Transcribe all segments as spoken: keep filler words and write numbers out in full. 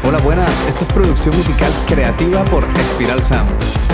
Hola, buenas. Esto es producción musical creativa por Espiral Sound.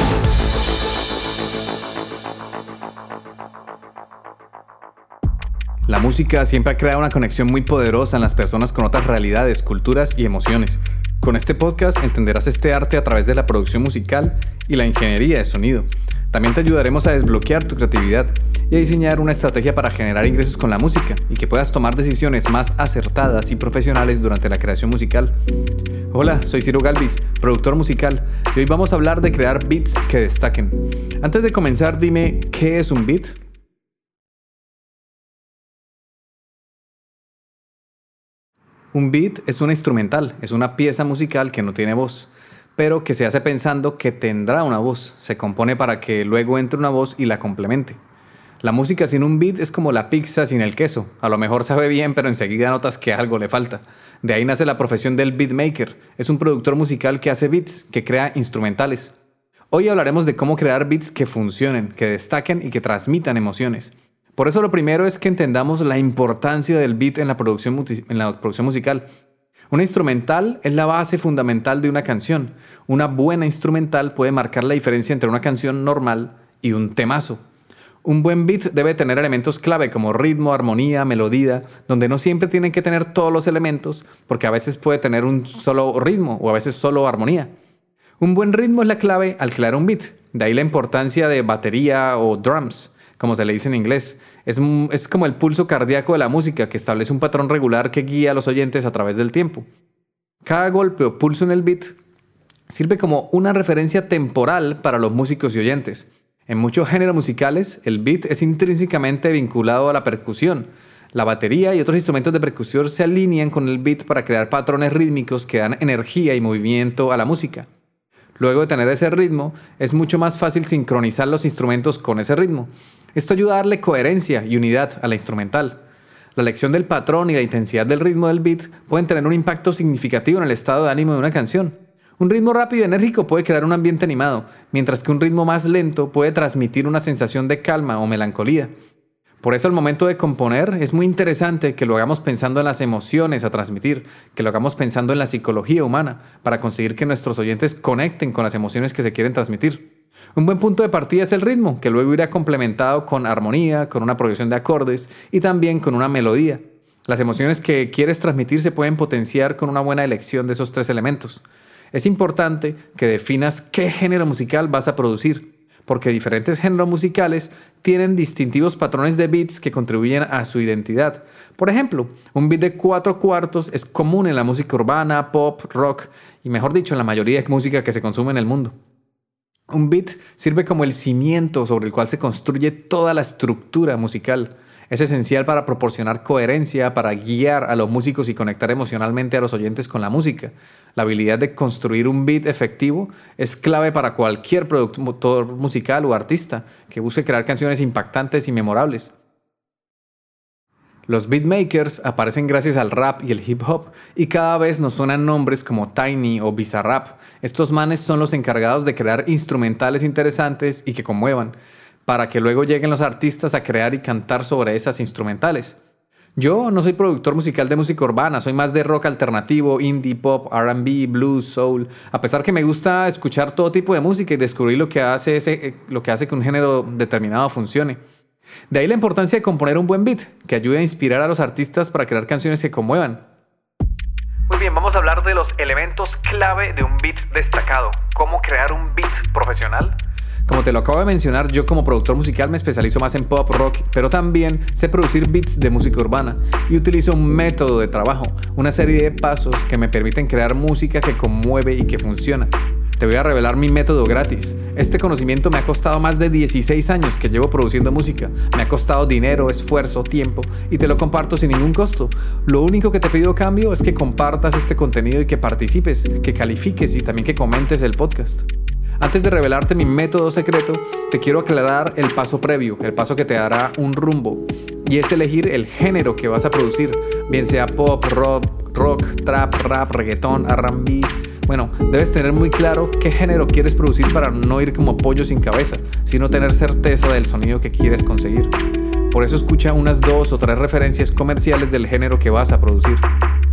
La música siempre ha creado una conexión muy poderosa en las personas con otras realidades, culturas y emociones. Con este podcast entenderás este arte a través de la producción musical y la ingeniería de sonido. También te ayudaremos a desbloquear tu creatividad y a diseñar una estrategia para generar ingresos con la música y que puedas tomar decisiones más acertadas y profesionales durante la creación musical. Hola, soy Ciro Galvis, productor musical, y hoy vamos a hablar de crear beats que destaquen. Antes de comenzar, dime, ¿qué es un beat? Un beat es una instrumental, es una pieza musical que no tiene voz, pero que se hace pensando que tendrá una voz. Se compone para que luego entre una voz y la complemente. La música sin un beat es como la pizza sin el queso. A lo mejor sabe bien, pero enseguida notas que algo le falta. De ahí nace la profesión del beatmaker. Es un productor musical que hace beats, que crea instrumentales. Hoy hablaremos de cómo crear beats que funcionen, que destaquen y que transmitan emociones. Por eso lo primero es que entendamos la importancia del beat en la producción, en la producción musical. Una instrumental es la base fundamental de una canción. Una buena instrumental puede marcar la diferencia entre una canción normal y un temazo. Un buen beat debe tener elementos clave como ritmo, armonía, melodía, donde no siempre tienen que tener todos los elementos, porque a veces puede tener un solo ritmo o a veces solo armonía. Un buen ritmo es la clave al crear un beat. De ahí la importancia de batería o drums, como se le dice en inglés. Es, es como el pulso cardíaco de la música, que establece un patrón regular que guía a los oyentes a través del tiempo. Cada golpe o pulso en el beat sirve como una referencia temporal para los músicos y oyentes. En muchos géneros musicales, el beat es intrínsecamente vinculado a la percusión. La batería y otros instrumentos de percusión se alinean con el beat para crear patrones rítmicos que dan energía y movimiento a la música. Luego de tener ese ritmo, es mucho más fácil sincronizar los instrumentos con ese ritmo. Esto ayuda a darle coherencia y unidad a la instrumental. La elección del patrón y la intensidad del ritmo del beat pueden tener un impacto significativo en el estado de ánimo de una canción. Un ritmo rápido y enérgico puede crear un ambiente animado, mientras que un ritmo más lento puede transmitir una sensación de calma o melancolía. Por eso al momento de componer es muy interesante que lo hagamos pensando en las emociones a transmitir, que lo hagamos pensando en la psicología humana, para conseguir que nuestros oyentes conecten con las emociones que se quieren transmitir. Un buen punto de partida es el ritmo, que luego irá complementado con armonía, con una progresión de acordes y también con una melodía. Las emociones que quieres transmitir se pueden potenciar con una buena elección de esos tres elementos. Es importante que definas qué género musical vas a producir, porque diferentes géneros musicales tienen distintivos patrones de beats que contribuyen a su identidad. Por ejemplo, un beat de cuatro cuartos es común en la música urbana, pop, rock y, mejor dicho, en la mayoría de música que se consume en el mundo. Un beat sirve como el cimiento sobre el cual se construye toda la estructura musical. Es esencial para proporcionar coherencia, para guiar a los músicos y conectar emocionalmente a los oyentes con la música. La habilidad de construir un beat efectivo es clave para cualquier productor musical o artista que busque crear canciones impactantes y memorables. Los beatmakers aparecen gracias al rap y el hip hop y cada vez nos suenan nombres como Tiny o Bizarrap. Estos manes son los encargados de crear instrumentales interesantes y que conmuevan, para que luego lleguen los artistas a crear y cantar sobre esas instrumentales. Yo no soy productor musical de música urbana, soy más de rock alternativo, indie, pop, R and B, blues, soul, a pesar que me gusta escuchar todo tipo de música y descubrir lo que hace, ese, lo que hace que un género determinado funcione. De ahí la importancia de componer un buen beat, que ayude a inspirar a los artistas para crear canciones que conmuevan. Muy bien, vamos a hablar de los elementos clave de un beat destacado. ¿Cómo crear un beat profesional? Como te lo acabo de mencionar, yo como productor musical me especializo más en pop, rock, pero también sé producir beats de música urbana y utilizo un método de trabajo, una serie de pasos que me permiten crear música que conmueve y que funciona. Te voy a revelar mi método gratis. Este conocimiento me ha costado más de dieciséis años que llevo produciendo música. Me ha costado dinero, esfuerzo, tiempo y te lo comparto sin ningún costo. Lo único que te pido a cambio es que compartas este contenido y que participes, que califiques y también que comentes el podcast. Antes de revelarte mi método secreto, te quiero aclarar el paso previo, el paso que te dará un rumbo, y es elegir el género que vas a producir, bien sea pop, rock, rock, trap, rap, reggaetón, R and B. Bueno, debes tener muy claro qué género quieres producir para no ir como pollo sin cabeza, sino tener certeza del sonido que quieres conseguir. Por eso escucha unas dos o tres referencias comerciales del género que vas a producir.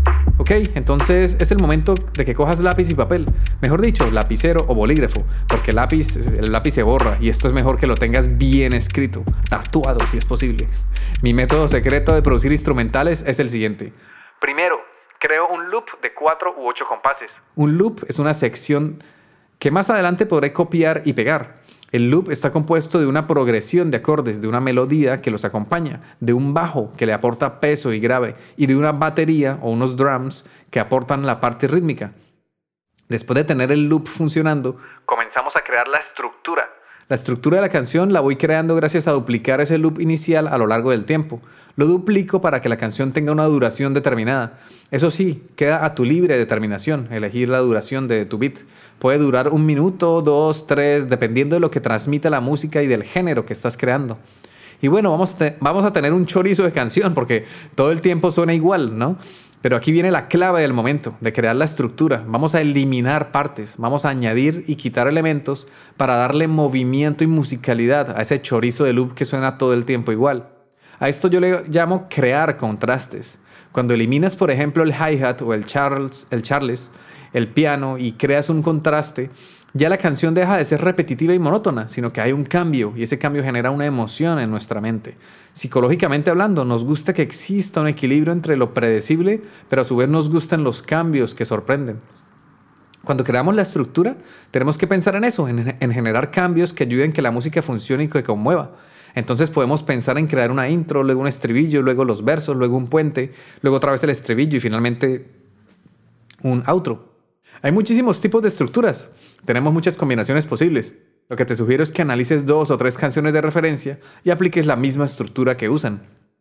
Ok, entonces es el momento de que cojas lápiz y papel. Mejor dicho, lapicero o bolígrafo, porque el lápiz, el lápiz se borra y esto es mejor que lo tengas bien escrito, tatuado si es posible. Mi método secreto de producir instrumentales es el siguiente. Primero, creo un loop de cuatro u ocho compases. Un loop es una sección que más adelante podré copiar y pegar. El loop está compuesto de una progresión de acordes, de una melodía que los acompaña, de un bajo que le aporta peso y grave y de una batería o unos drums que aportan la parte rítmica. Después de tener el loop funcionando, comenzamos a crear la estructura. La estructura de la canción la voy creando gracias a duplicar ese loop inicial a lo largo del tiempo. Lo duplico para que la canción tenga una duración determinada. Eso sí, queda a tu libre determinación elegir la duración de tu beat. Puede durar un minuto, dos, tres, dependiendo de lo que transmita la música y del género que estás creando. Y bueno, vamos a, te- vamos a tener un chorizo de canción porque todo el tiempo suena igual, ¿no? Pero aquí viene la clave del momento, de crear la estructura. Vamos a eliminar partes, vamos a añadir y quitar elementos para darle movimiento y musicalidad a ese chorizo de loop que suena todo el tiempo igual. A esto yo le llamo crear contrastes. Cuando eliminas, por ejemplo, el hi-hat o el charles, el charles, el piano y creas un contraste, ya la canción deja de ser repetitiva y monótona, sino que hay un cambio y ese cambio genera una emoción en nuestra mente. Psicológicamente hablando, nos gusta que exista un equilibrio entre lo predecible, pero a su vez nos gustan los cambios que sorprenden. Cuando creamos la estructura, tenemos que pensar en eso, en, en generar cambios que ayuden a que la música funcione y que conmueva. Entonces podemos pensar en crear una intro, luego un estribillo, luego los versos, luego un puente, luego otra vez el estribillo y finalmente un outro. Hay muchísimos tipos de estructuras. Tenemos muchas combinaciones posibles. Lo que te sugiero es que analices dos o tres canciones de referencia y apliques la misma estructura que usan.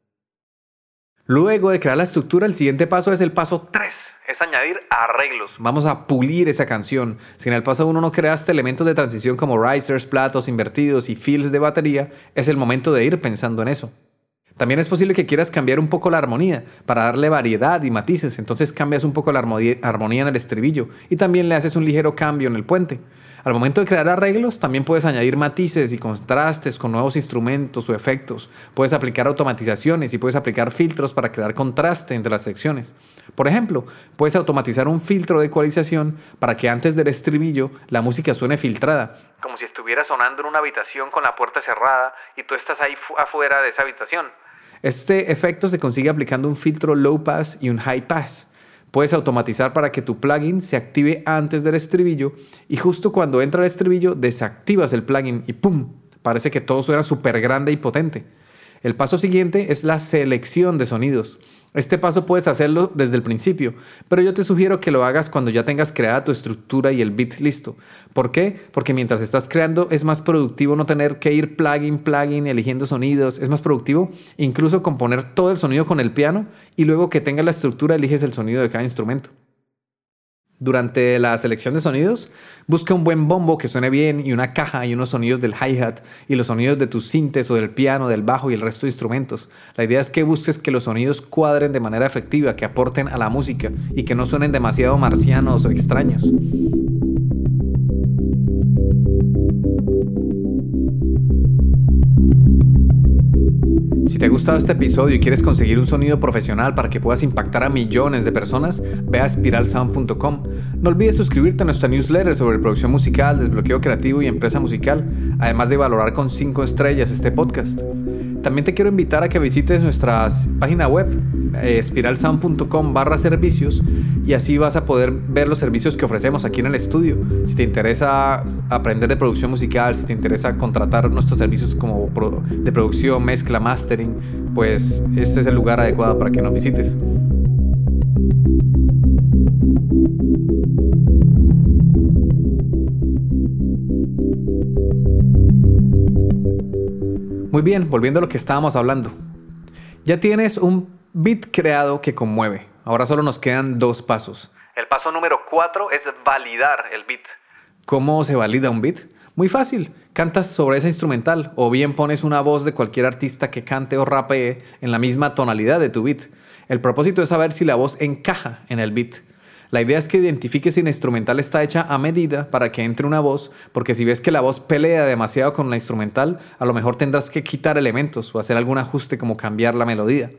Luego de crear la estructura, el siguiente paso es el paso tres. Es añadir arreglos. Vamos a pulir esa canción. Si en el paso uno no creaste elementos de transición como risers, platos invertidos y fills de batería, es el momento de ir pensando en eso. También es posible que quieras cambiar un poco la armonía para darle variedad y matices. Entonces cambias un poco la armonía en el estribillo y también le haces un ligero cambio en el puente. Al momento de crear arreglos, también puedes añadir matices y contrastes con nuevos instrumentos o efectos. Puedes aplicar automatizaciones y puedes aplicar filtros para crear contraste entre las secciones. Por ejemplo, puedes automatizar un filtro de ecualización para que antes del estribillo la música suene filtrada, como si estuviera sonando en una habitación con la puerta cerrada y tú estás ahí fu- afuera de esa habitación. Este efecto se consigue aplicando un filtro low pass y un high pass. Puedes automatizar para que tu plugin se active antes del estribillo y justo cuando entra el estribillo desactivas el plugin y ¡pum! Parece que todo suena súper grande y potente. El paso siguiente es la selección de sonidos. Este paso puedes hacerlo desde el principio, pero yo te sugiero que lo hagas cuando ya tengas creada tu estructura y el beat listo. ¿Por qué? Porque mientras estás creando es más productivo no tener que ir plugin, plugin, eligiendo sonidos. Es más productivo incluso componer todo el sonido con el piano y luego que tengas la estructura eliges el sonido de cada instrumento. Durante la selección de sonidos, busca un buen bombo que suene bien y una caja y unos sonidos del hi-hat y los sonidos de tus sintes o del piano, del bajo y el resto de instrumentos. La idea es que busques que los sonidos cuadren de manera efectiva, que aporten a la música y que no suenen demasiado marcianos o extraños. Si te ha gustado este episodio y quieres conseguir un sonido profesional para que puedas impactar a millones de personas, ve a spiral sound punto com. No olvides suscribirte a nuestra newsletter sobre producción musical, desbloqueo creativo y empresa musical, además de valorar con cinco estrellas este podcast. También te quiero invitar a que visites nuestra página web, eh, spiral sound punto com barra servicios, y así vas a poder ver los servicios que ofrecemos aquí en el estudio. Si te interesa aprender de producción musical, si te interesa contratar nuestros servicios como pro- de producción, mezcla, mastering, pues este es el lugar adecuado para que nos visites. Muy bien, volviendo a lo que estábamos hablando. Ya tienes un beat creado que conmueve. Ahora solo nos quedan dos pasos. El paso número cuatro es validar el beat. ¿Cómo se valida un beat? Muy fácil. Cantas sobre esa instrumental o bien pones una voz de cualquier artista que cante o rapee en la misma tonalidad de tu beat. El propósito es saber si la voz encaja en el beat. La idea es que identifiques si la instrumental está hecha a medida para que entre una voz, porque si ves que la voz pelea demasiado con la instrumental, a lo mejor tendrás que quitar elementos o hacer algún ajuste como cambiar la melodía.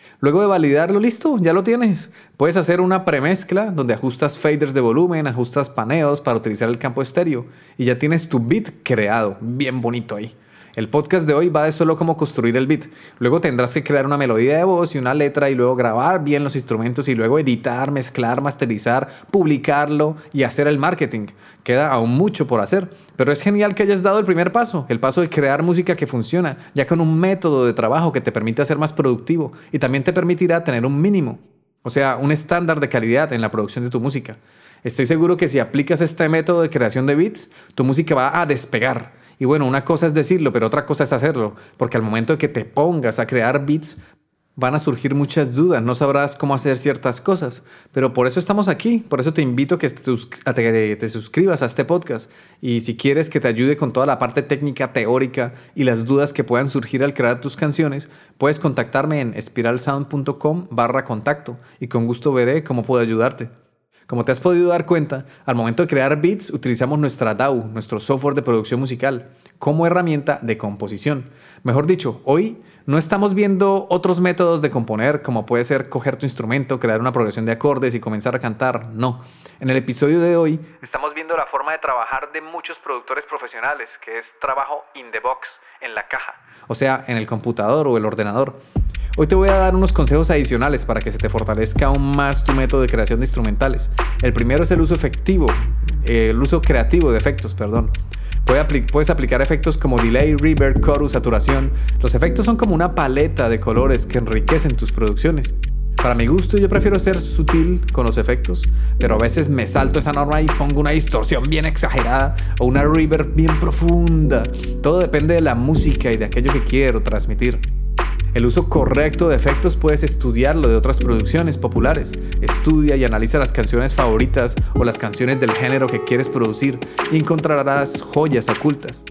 Luego de validarlo, listo, ya lo tienes. Puedes hacer una premezcla donde ajustas faders de volumen, ajustas paneos para utilizar el campo estéreo y ya tienes tu beat creado, bien bonito ahí. El podcast de hoy va de solo cómo construir el beat. Luego tendrás que crear una melodía de voz y una letra y luego grabar bien los instrumentos y luego editar, mezclar, masterizar, publicarlo y hacer el marketing. Queda aún mucho por hacer, pero es genial que hayas dado el primer paso, el paso de crear música que funciona, ya con un método de trabajo que te permite ser más productivo y también te permitirá tener un mínimo, o sea, un estándar de calidad en la producción de tu música. Estoy seguro que si aplicas este método de creación de beats, tu música va a despegar. Y bueno, una cosa es decirlo, pero otra cosa es hacerlo, porque al momento de que te pongas a crear beats, van a surgir muchas dudas, no sabrás cómo hacer ciertas cosas, pero por eso estamos aquí, por eso te invito a que te, te suscribas a este podcast y si quieres que te ayude con toda la parte técnica, teórica y las dudas que puedan surgir al crear tus canciones, puedes contactarme en espiralsound punto com barra contacto y con gusto veré cómo puedo ayudarte. Como te has podido dar cuenta, al momento de crear beats utilizamos nuestra D A W, nuestro software de producción musical, como herramienta de composición. Mejor dicho, hoy no estamos viendo otros métodos de componer, como puede ser coger tu instrumento, crear una progresión de acordes y comenzar a cantar. No. En el episodio de hoy estamos viendo la forma de trabajar de muchos productores profesionales, que es trabajo in the box, en la caja. O sea, en el computador o el ordenador. Hoy te voy a dar unos consejos adicionales para que se te fortalezca aún más tu método de creación de instrumentales. El primero es el uso efectivo, eh, el uso creativo de efectos, perdón. Puedes aplicar efectos como delay, reverb, chorus, saturación. Los efectos son como una paleta de colores que enriquecen tus producciones. Para mi gusto, yo prefiero ser sutil con los efectos, pero a veces me salto esa norma y pongo una distorsión bien exagerada o una reverb bien profunda. Todo depende de la música y de aquello que quiero transmitir. El uso correcto de efectos puedes estudiarlo de otras producciones populares. Estudia y analiza las canciones favoritas o las canciones del género que quieres producir y encontrarás joyas ocultas.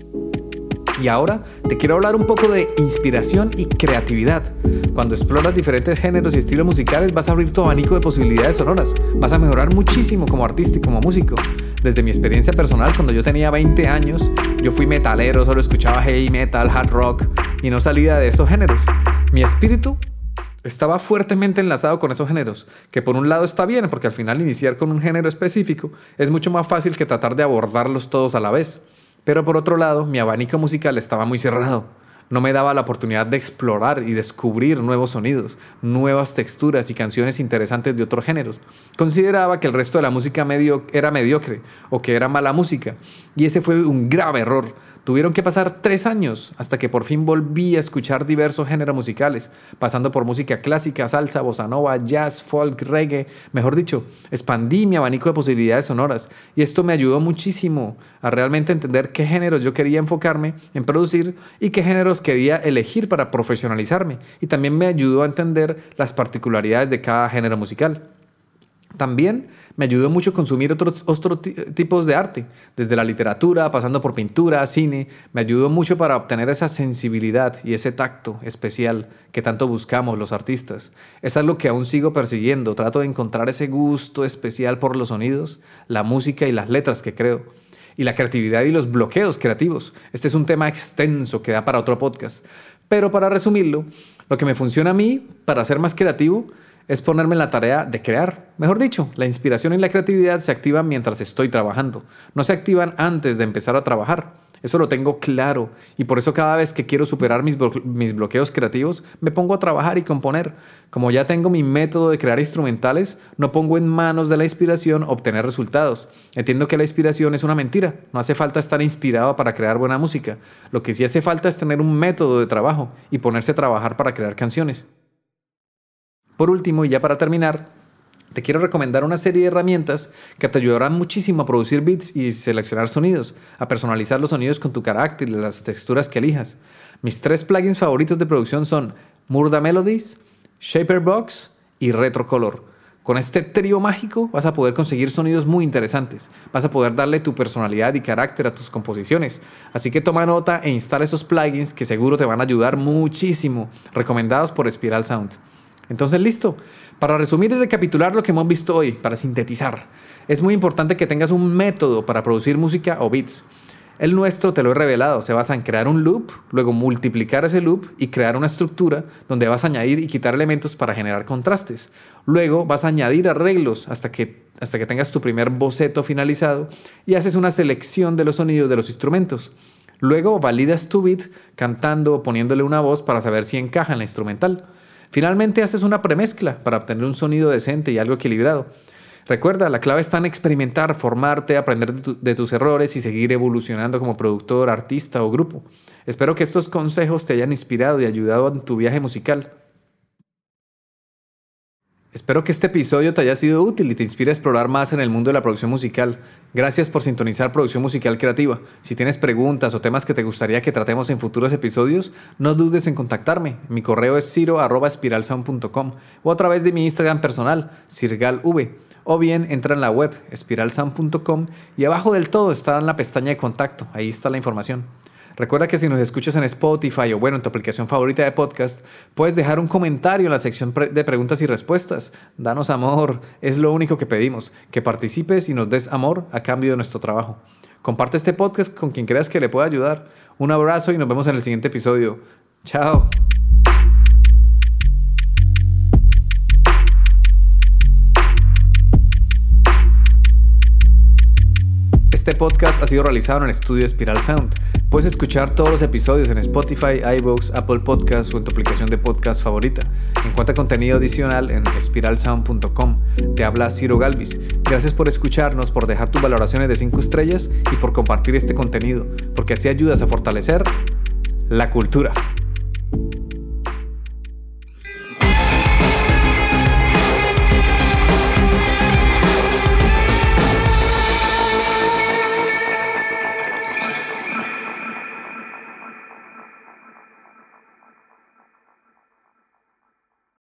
Y ahora te quiero hablar un poco de inspiración y creatividad. Cuando exploras diferentes géneros y estilos musicales vas a abrir tu abanico de posibilidades sonoras. Vas a mejorar muchísimo como artista y como músico. Desde mi experiencia personal, cuando yo tenía veinte años, yo fui metalero, solo escuchaba heavy metal, hard rock y no salía de esos géneros. Mi espíritu estaba fuertemente enlazado con esos géneros, que por un lado está bien, porque al final iniciar con un género específico es mucho más fácil que tratar de abordarlos todos a la vez. Pero por otro lado, mi abanico musical estaba muy cerrado. No me daba la oportunidad de explorar y descubrir nuevos sonidos, nuevas texturas y canciones interesantes de otros géneros. Consideraba que el resto de la música medio era mediocre o que era mala música, y ese fue un grave error. Tuvieron que pasar tres años hasta que por fin volví a escuchar diversos géneros musicales, pasando por música clásica, salsa, bossa nova, jazz, folk, reggae. Mejor dicho, expandí mi abanico de posibilidades sonoras y esto me ayudó muchísimo a realmente entender qué géneros yo quería enfocarme en producir y qué géneros quería elegir para profesionalizarme. Y también me ayudó a entender las particularidades de cada género musical. También me ayudó mucho a consumir otros, otros tipos de arte, desde la literatura, pasando por pintura, cine. Me ayudó mucho para obtener esa sensibilidad y ese tacto especial que tanto buscamos los artistas. Es algo que aún sigo persiguiendo. Trato de encontrar ese gusto especial por los sonidos, la música y las letras que creo. Y la creatividad y los bloqueos creativos. Este es un tema extenso que da para otro podcast. Pero para resumirlo, lo que me funciona a mí para ser más creativo es ponerme en la tarea de crear. Mejor dicho, la inspiración y la creatividad se activan mientras estoy trabajando. No se activan antes de empezar a trabajar. Eso lo tengo claro. Y por eso cada vez que quiero superar mis, blo- mis bloqueos creativos, me pongo a trabajar y componer. Como ya tengo mi método de crear instrumentales, no pongo en manos de la inspiración obtener resultados. Entiendo que la inspiración es una mentira. No hace falta estar inspirado para crear buena música. Lo que sí hace falta es tener un método de trabajo y ponerse a trabajar para crear canciones. Por último, y ya para terminar, te quiero recomendar una serie de herramientas que te ayudarán muchísimo a producir beats y seleccionar sonidos, a personalizar los sonidos con tu carácter y las texturas que elijas. Mis tres plugins favoritos de producción son Murda Melodies, Shaperbox y Retrocolor. Con este trío mágico vas a poder conseguir sonidos muy interesantes. Vas a poder darle tu personalidad y carácter a tus composiciones. Así que toma nota e instala esos plugins que seguro te van a ayudar muchísimo. Recomendados por Spiral Sound. Entonces, listo. Para resumir y recapitular lo que hemos visto hoy, para sintetizar, es muy importante que tengas un método para producir música o beats. El nuestro, te lo he revelado, se basa en crear un loop, luego multiplicar ese loop y crear una estructura donde vas a añadir y quitar elementos para generar contrastes. Luego vas a añadir arreglos hasta que, hasta que tengas tu primer boceto finalizado y haces una selección de los sonidos de los instrumentos. Luego validas tu beat cantando o poniéndole una voz para saber si encaja en la instrumental. Finalmente haces una premezcla para obtener un sonido decente y algo equilibrado. Recuerda, la clave está en experimentar, formarte, aprender de, tu, de tus errores y seguir evolucionando como productor, artista o grupo. Espero que estos consejos te hayan inspirado y ayudado en tu viaje musical. Espero que este episodio te haya sido útil y te inspire a explorar más en el mundo de la producción musical. Gracias por sintonizar Producción Musical Creativa. Si tienes preguntas o temas que te gustaría que tratemos en futuros episodios, no dudes en contactarme. Mi correo es ciro arroba espiralsound punto com o a través de mi Instagram personal, cirgalv. O bien entra en la web espiralsound punto com y abajo del todo está en la pestaña de contacto. Ahí está la información. Recuerda que si nos escuchas en Spotify o bueno, en tu aplicación favorita de podcast, puedes dejar un comentario en la sección de preguntas y respuestas. Danos amor, es lo único que pedimos, que participes y nos des amor a cambio de nuestro trabajo. Comparte este podcast con quien creas que le pueda ayudar. Un abrazo y nos vemos en el siguiente episodio. Chao. Este podcast ha sido realizado en el estudio Spiral Sound. Puedes escuchar todos los episodios en Spotify, iVoox, Apple Podcasts o en tu aplicación de podcast favorita. Encuentra contenido adicional en espiral sound punto com. Te habla Ciro Galvis. Gracias por escucharnos, por dejar tus valoraciones de cinco estrellas y por compartir este contenido, porque así ayudas a fortalecer la cultura.